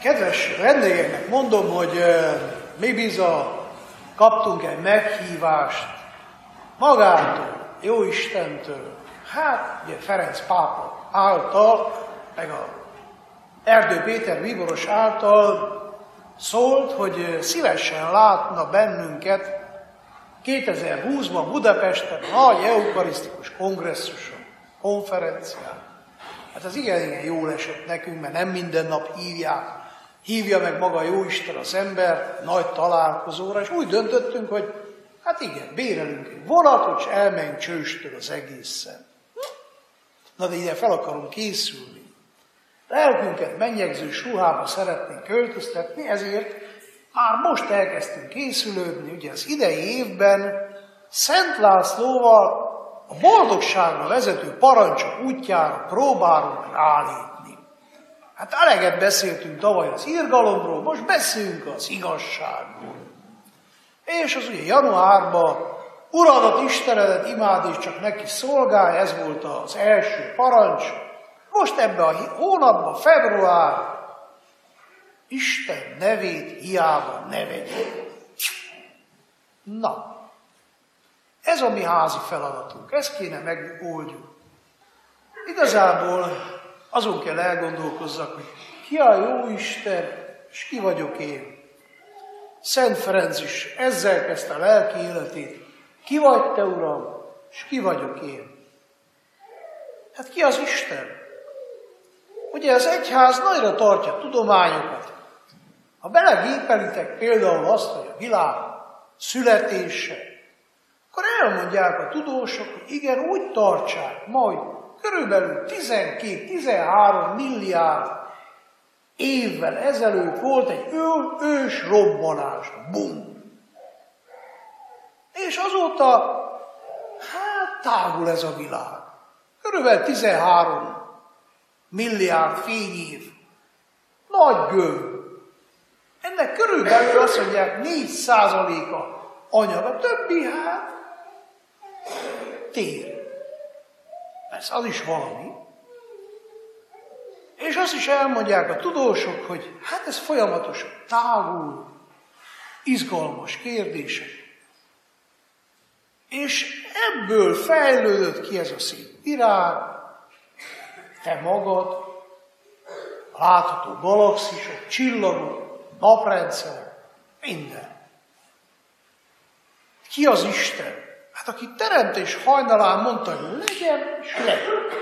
Kedves vendégeknek mondom, hogy mi biza kaptunk egy meghívást magától, Jóistentől, hát ugye Ferenc pápa által, meg a Erdő Péter bíboros által szólt, hogy szívesen látna bennünket 2020-ban Budapesten a nagy eukarisztikus kongresszuson, konferencián. Hát ez igen jól esett nekünk, mert nem minden nap hívja meg maga Jóisten az embert nagy találkozóra, és úgy döntöttünk, hogy hát igen, bérelünk egy vonatot, és elmenjünk Csőstől az egészen. Na de ide fel akarunk készülni. Lelkünket mennyegzős ruhába szeretnénk költöztetni, ezért már most elkezdtünk készülődni, ugye az idei évben Szent Lászlóval a boldogságra vezető parancsok útjára próbálunk rálépni. Hát eleget beszéltünk tavaly az irgalomról, most beszélünk az igazságról. És az ugye januárban Uradat, Istenedet imád és csak neki szolgálj, ez volt az első parancs. Most ebben a hónapban, február, Isten nevét hiába ne vegyék. Na, ez a mi házi feladatunk, ezt kéne megoldjuk. Igazából azon kell elgondolkozzak, hogy ki a Jóisten, és ki vagyok én. Szent Ferenc is ezzel kezdte a lelki életét. Ki vagy te, Uram, és ki vagyok én? Hát ki az Isten? Ugye az egyház nagyra tartja tudományokat. Ha belegépelitek például azt, hogy a világ születése, akkor elmondják a tudósok, hogy igen, úgy tartsák, majd körülbelül 12-13 milliárd évvel ezelőtt volt egy ős robbanás. Bum! És azóta, hát tágul ez a világ. Körülbelül 13 milliárd fényév. Nagy gömb. Ennek körülbelül azt mondják 4%-a anyag, a többi hát tér. Persze az is valami. És azt is elmondják a tudósok, hogy hát ez folyamatosan tágul, izgalmas kérdések. És ebből fejlődött ki ez a szép virág, te magad, látható galaxisok, csillagok, naprendszerek, minden. Ki az Isten? Hát aki teremtés hajnalán mondta, hogy legyen, és lett.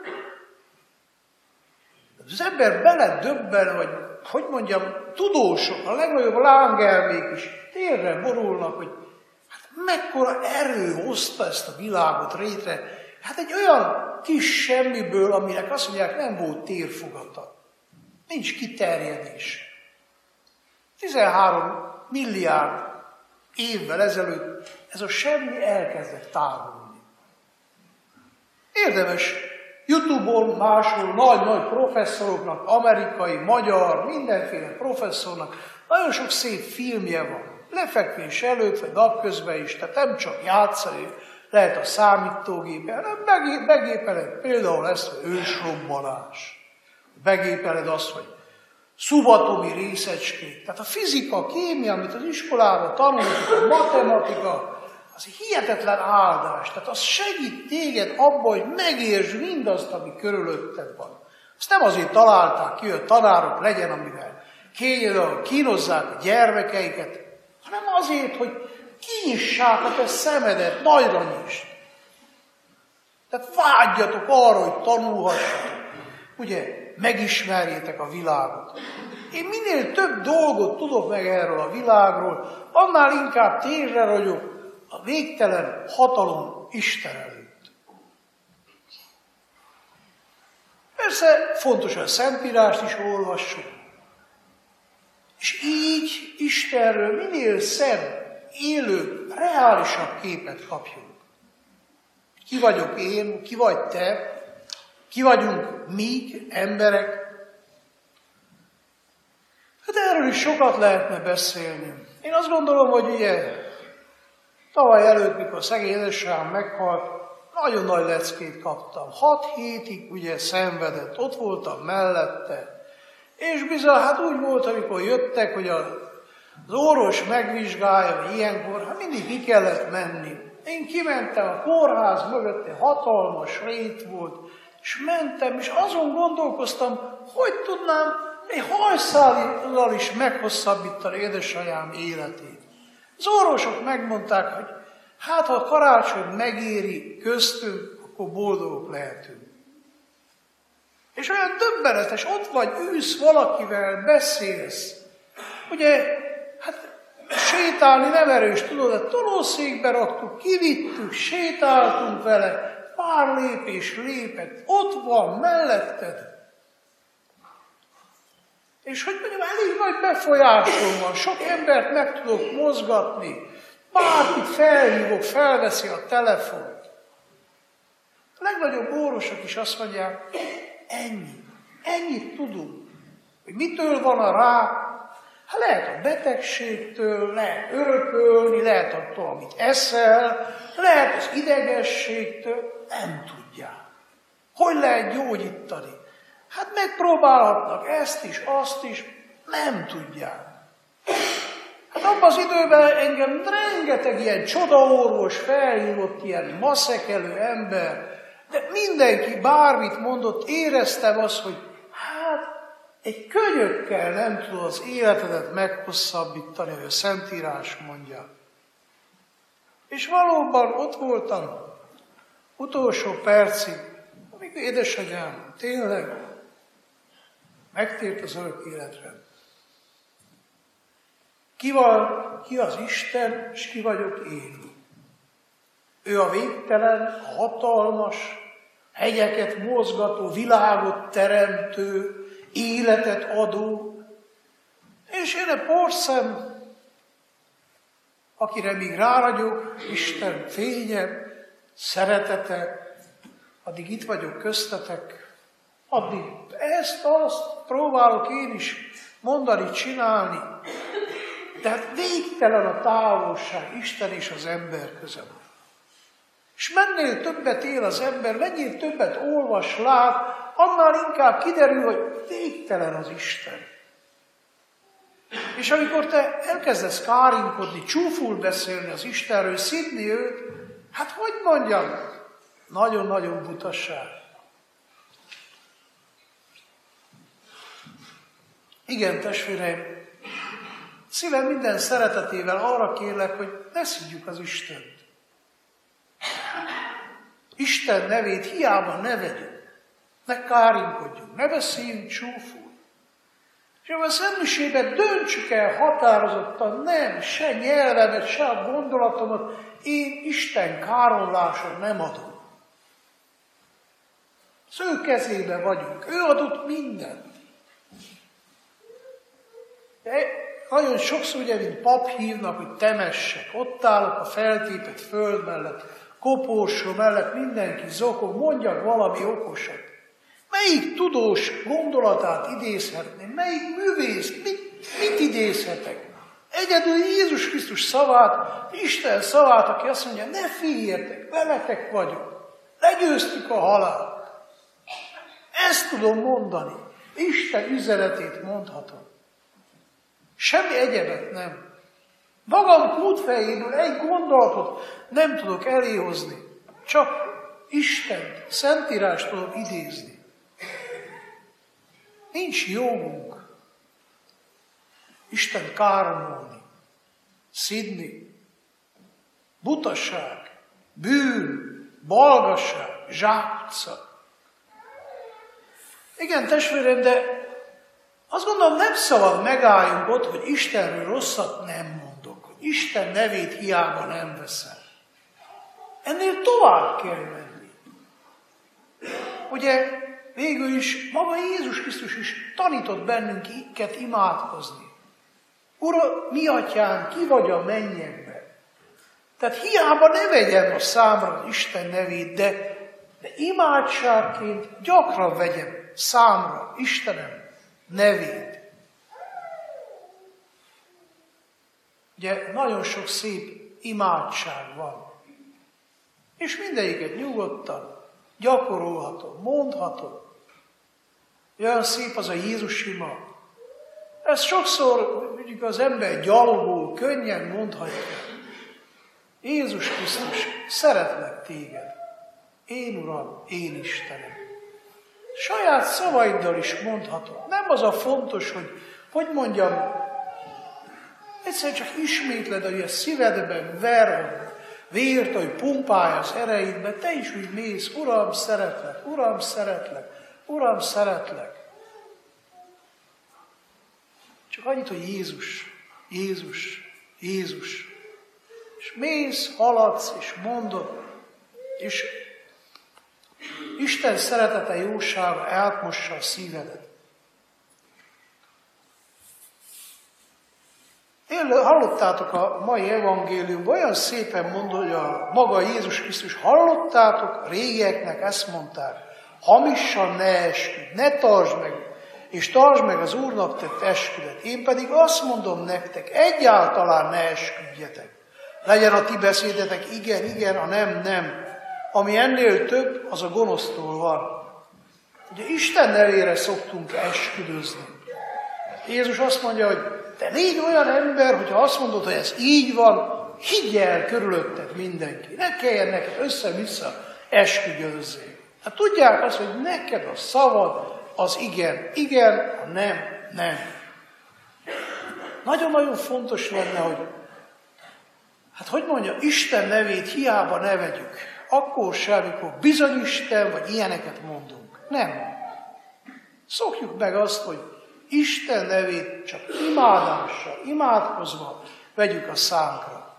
Az ember beledöbben, vagy hogy mondjam, tudósok, a legnagyobb lángelmék is térre borulnak, hogy hát mekkora erő hozta ezt a világot létre. Hát egy olyan kis semmiből, aminek azt mondják, nem volt térfogata. Nincs kiterjedés. 13 milliárd évvel ezelőtt ez a semmi elkezdett távolni. Érdemes YouTube-on, máshol nagy-nagy professzoroknak, amerikai, magyar, mindenféle professzornak nagyon sok szép filmje van. Lefekvés előtt, vagy napközben is, tehát nem csak játszani, lehet a számítógépen, hanem begépeled például ezt, hogy ősrobbanás. Begépeled azt, hogy szubatomi részecskék. Tehát a fizika, a kémia, amit az iskolában tanultuk, a matematika, az egy hihetetlen áldás. Tehát az segít téged abban, hogy megértsd mindazt, ami körülötted van. Azt nem azért találták ki, hogy a tanárok legyen, amivel kínozzák a gyermekeiket, hanem azért, hogy kinyissák a te szemedet, nagyra nyisd. Tehát vágyjatok arra, hogy tanulhassatok. Ugye, megismerjétek a világot. Én minél több dolgot tudok meg erről a világról, annál inkább térre ragyog a végtelen hatalom Isten előtt. Persze fontos, hogy a Szentírást is olvassuk. És így Istenről minél szebb, élőbb, reálisabb képet kapjunk. Ki vagyok én, ki vagy te, ki vagyunk mi, emberek. Hát erről is sokat lehetne beszélni. Én azt gondolom, hogy ugye tavaly előtt, mikor szegény édesanyám meghalt, nagyon nagy leckét kaptam. 6 hétig ugye szenvedett, ott voltam mellette, És bizony, hát úgy volt, amikor jöttek, hogy az orvos megvizsgálja, hogy ilyenkor, hát mindig ki kellett menni. Én kimentem a kórház mögött, egy hatalmas rét volt, és mentem, és azon gondolkoztam, hogy tudnám egy hajszállal is meghosszabbítani édesanyám életét. Az orvosok megmondták, hogy hát ha a karácsony megéri köztünk, akkor boldogok lehetünk. És olyan döbbenetes, ott vagy, ülsz valakivel, beszélsz. Ugye, hát sétálni nem erős, tudod, a tolószékbe raktuk, kivittük, sétáltunk vele, pár lépés lépett, ott van, melletted. És hogy mondjam, elég nagy befolyásom van, sok embert meg tudok mozgatni, bárkit felhívok, felveszi a telefont. A legnagyobb orvosok is azt mondják, ennyit tudunk. Hogy mitől van a rák? Hát lehet a betegségtől, lehet örökölni, lehet attól, amit eszel, lehet az idegességtől, nem tudják. Hogy lehet gyógyítani? Hát megpróbálhatnak ezt is, azt is, nem tudják. Hát abban az időben engem rengeteg ilyen csodaorvos felhívott, ilyen maszekelő ember, de mindenki bármit mondott, éreztem azt, hogy hát egy könyökkel nem tudod az életedet meghosszabbítani, hogy a Szentírás mondja. És valóban ott voltam utolsó percig, amikor édesanyám tényleg megtért az örök életre. Ki az Isten, és ki vagyok én? Ő a végtelen, a hatalmas, hegyeket mozgató, világot teremtő, életet adó, és én a porszem, akire még ráragyog, Isten fénye, szeretete, addig itt vagyok köztetek, addig ezt-azt próbálok én is mondani, csinálni, de hát végtelen a távolság Isten és az ember között. És mennél többet él az ember, mennél többet olvas, lát, annál inkább kiderül, hogy végtelen az Isten. És amikor te elkezdesz kárinkodni, csúful beszélni az Istenről, szidni őt, hát hogy mondjam, nagyon-nagyon butaság. Igen, testvéreim, szívem minden szeretetével arra kérlek, hogy ne szidjuk az Istent. Isten nevét hiába ne vegyük, ne kárinkodjunk, ne beszéljünk csúful. És a szentmisében döntsük el határozottan, nem, se nyelvemet, se a gondolatomat, én Isten káronláson nem adom. Az ő kezébe vagyunk, ő adott mindent. De nagyon sokszor ugye, mint pap hívnak, hogy temessek, ott állok a feltépett föld mellett, kopósó mellett, mindenki zokog, mondjak valami okosat. Melyik tudós gondolatát idézhetném? Melyik művész? Mit idézhetek? Egyedül Jézus Krisztus szavát, Isten szavát, aki azt mondja, ne féljetek, veletek vagyok. Legyőztük a halált. Ezt tudom mondani. Isten üzenetét mondhatom. Semmi egyebet nem. Magam kútfejéből egy gondolatot nem tudok eléhozni. Csak Istent, Szentírást tudom idézni. Nincs jogunk Isten káromolni, szidni. Butaság, bűn, balgaság, zsákutca. Igen, testvérem, de azt gondolom, nem szabad megálljunk ott, hogy Istenről rosszat nem mondok, hogy Isten nevét hiába nem veszem. Ennél tovább kell menni. Ugye végül is maga Jézus Krisztus is tanított bennünket imádkozni. Uram, mi atyánk, ki vagy a mennyekben? Tehát hiába ne vegyem a számra az Isten nevét, de imádságként gyakran vegyem számra Istenem nevét. Ugye nagyon sok szép imádság van. És mindegyiket nyugodtan gyakorolhatom, mondhatom. Olyan szép az a Jézus ima, Ezt sokszor mondjuk az ember gyalogul, könnyen mondhatja. Jézus Krisztus, szeretlek téged. Én Uram, én Istenem. Saját szavaiddal is mondhatod. Nem az a fontos, hogy mondjam, egyszerűen csak ismétled, hogy a szívedben ver, vért, hogy pumpálj az ereidbe, te is úgy mész, Uram, szeretlek, Uram, szeretlek, Uram, szeretlek. Csak annyit, hogy Jézus, Jézus, Jézus. És mész, haladsz, és mondod, és Isten szeretete, jósága átmossa a szívedet. Hallottátok a mai evangéliumban, olyan szépen mondja, hogy a maga Jézus Krisztus, hallottátok, a régieknek ezt mondták, hamisan ne esküdj, ne tartsd meg, és tartsd meg az Úrnak tett esküdet. Én pedig azt mondom nektek, egyáltalán ne esküdjetek. Legyen a ti beszédetek igen, igen, a nem, nem. Ami ennél több, az a gonosztól van. Ugye Isten nevére szoktunk esküdözni. Jézus azt mondja, hogy te légy olyan ember, hogyha azt mondod, hogy ez így van, higgy el körülötted mindenki. Ne kelljen neked össze-vissza esküdözzél. Hát tudják azt, hogy neked a szavad az igen, igen, a nem, nem. Nagyon-nagyon fontos lenne, hogy mondja, Isten nevét hiába ne vegyük. Akkor sem, amikor bizony Isten, vagy ilyeneket mondunk. Nem. Szokjuk meg azt, hogy Isten nevét csak imádással, imádkozva vegyük a szánkra.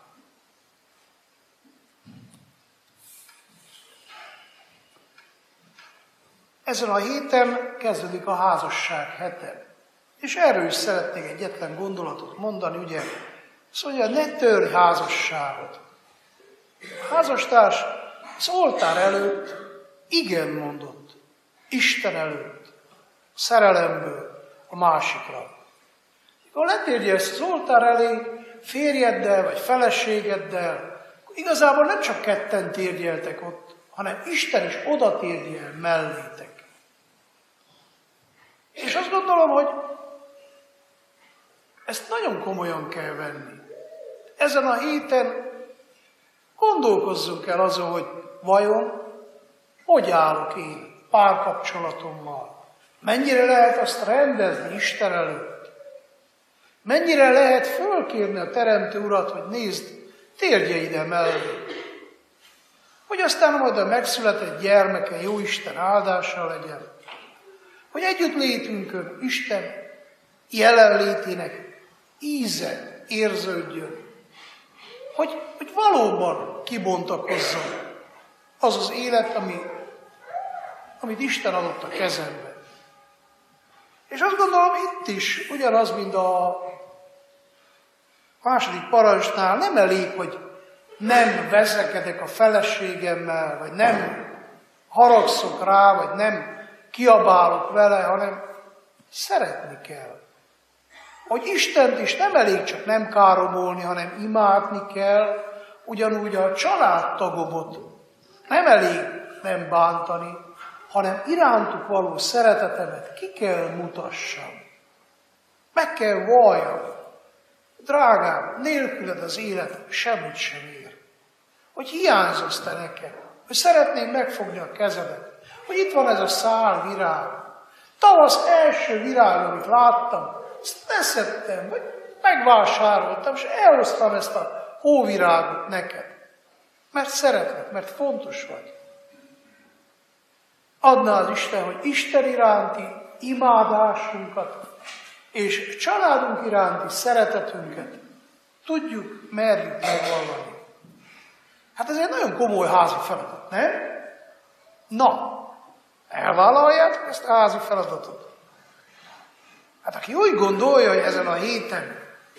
Ezen a héten kezdődik a házasság hete. És erről is szeretnék egyetlen gondolatot mondani, ugye? Azt mondja, ne törj házasságot. A házastárs az oltár előtt igen mondott. Isten előtt. A szerelemből a másikra. Amikor letérjelsz az oltár elé férjeddel vagy feleségeddel, igazából nem csak ketten térjeltek ott, hanem Isten is oda térjel mellétek. És azt gondolom, hogy ezt nagyon komolyan kell venni. Ezen a héten gondolkozzunk el azon, hogy vajon hogy állok én párkapcsolatommal. Mennyire lehet azt rendezni Isten előtt? Mennyire lehet fölkérni a Teremtő Urat, hogy nézd, térje ide mellé. Hogy aztán majd a megszületett gyermeke jó Isten áldása legyen. Hogy együttlétünkön Isten jelenlétének íze érződjön. Hogy valóban kibontakozzon az az élet, amit Isten adott a kezembe. És azt gondolom, itt is ugyanaz, mint a második parancsnál, nem elég, hogy nem veszekedek a feleségemmel, vagy nem haragszok rá, vagy nem kiabálok vele, hanem szeretni kell. Hogy Istent is nem elég csak nem káromolni, hanem imádni kell, ugyanúgy a családtagomat nem elég nem bántani, hanem irántuk való szeretetemet ki kell mutassam. Meg kell valljam. Drágám, nélküled az élet semmit sem ér. Hogy hiányzol te nekem, hogy szeretném megfogni a kezedet, hogy itt van ez a szál virág. Tavasz első virág, amit láttam, ezt leszettem, vagy megvásároltam, és elhoztam ezt a hóvirágot neked. Mert szeretlek, mert fontos vagy. Adná az Isten, hogy Isten iránti imádásunkat és családunk iránti szeretetünket tudjuk, merjük megvallani. Hát ez egy nagyon komoly házi feladat, nem? Na, elvállaljátok ezt a házi feladatot? Hát aki úgy gondolja, hogy ezen a héten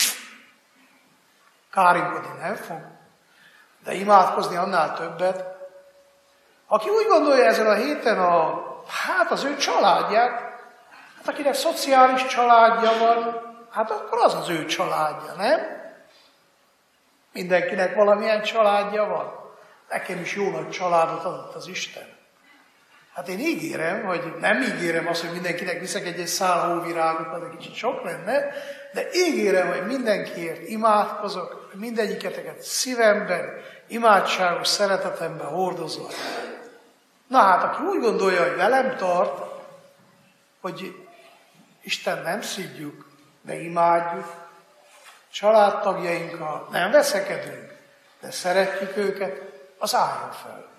kárinkodni nem fog, de imádkozni annál többet, aki úgy gondolja ezen a héten az ő családját, hát akinek szociális családja van, hát akkor az az ő családja, nem? Mindenkinek valamilyen családja van. Nekem is jó nagy családot adott az Isten. Hát én ígérem, hogy nem ígérem azt, hogy mindenkinek viszek egy szál hóvirágot, az egy kicsit sok lenne, de ígérem, hogy mindenkiért imádkozok, mindegyiketeket szívemben, imádságos szeretetemben hordozom. Na hát, aki úgy gondolja, hogy velem tart, hogy Isten nem szidjuk, de imádjuk, családtagjainkkal nem veszekedünk, de szeretjük őket, az álljon fel.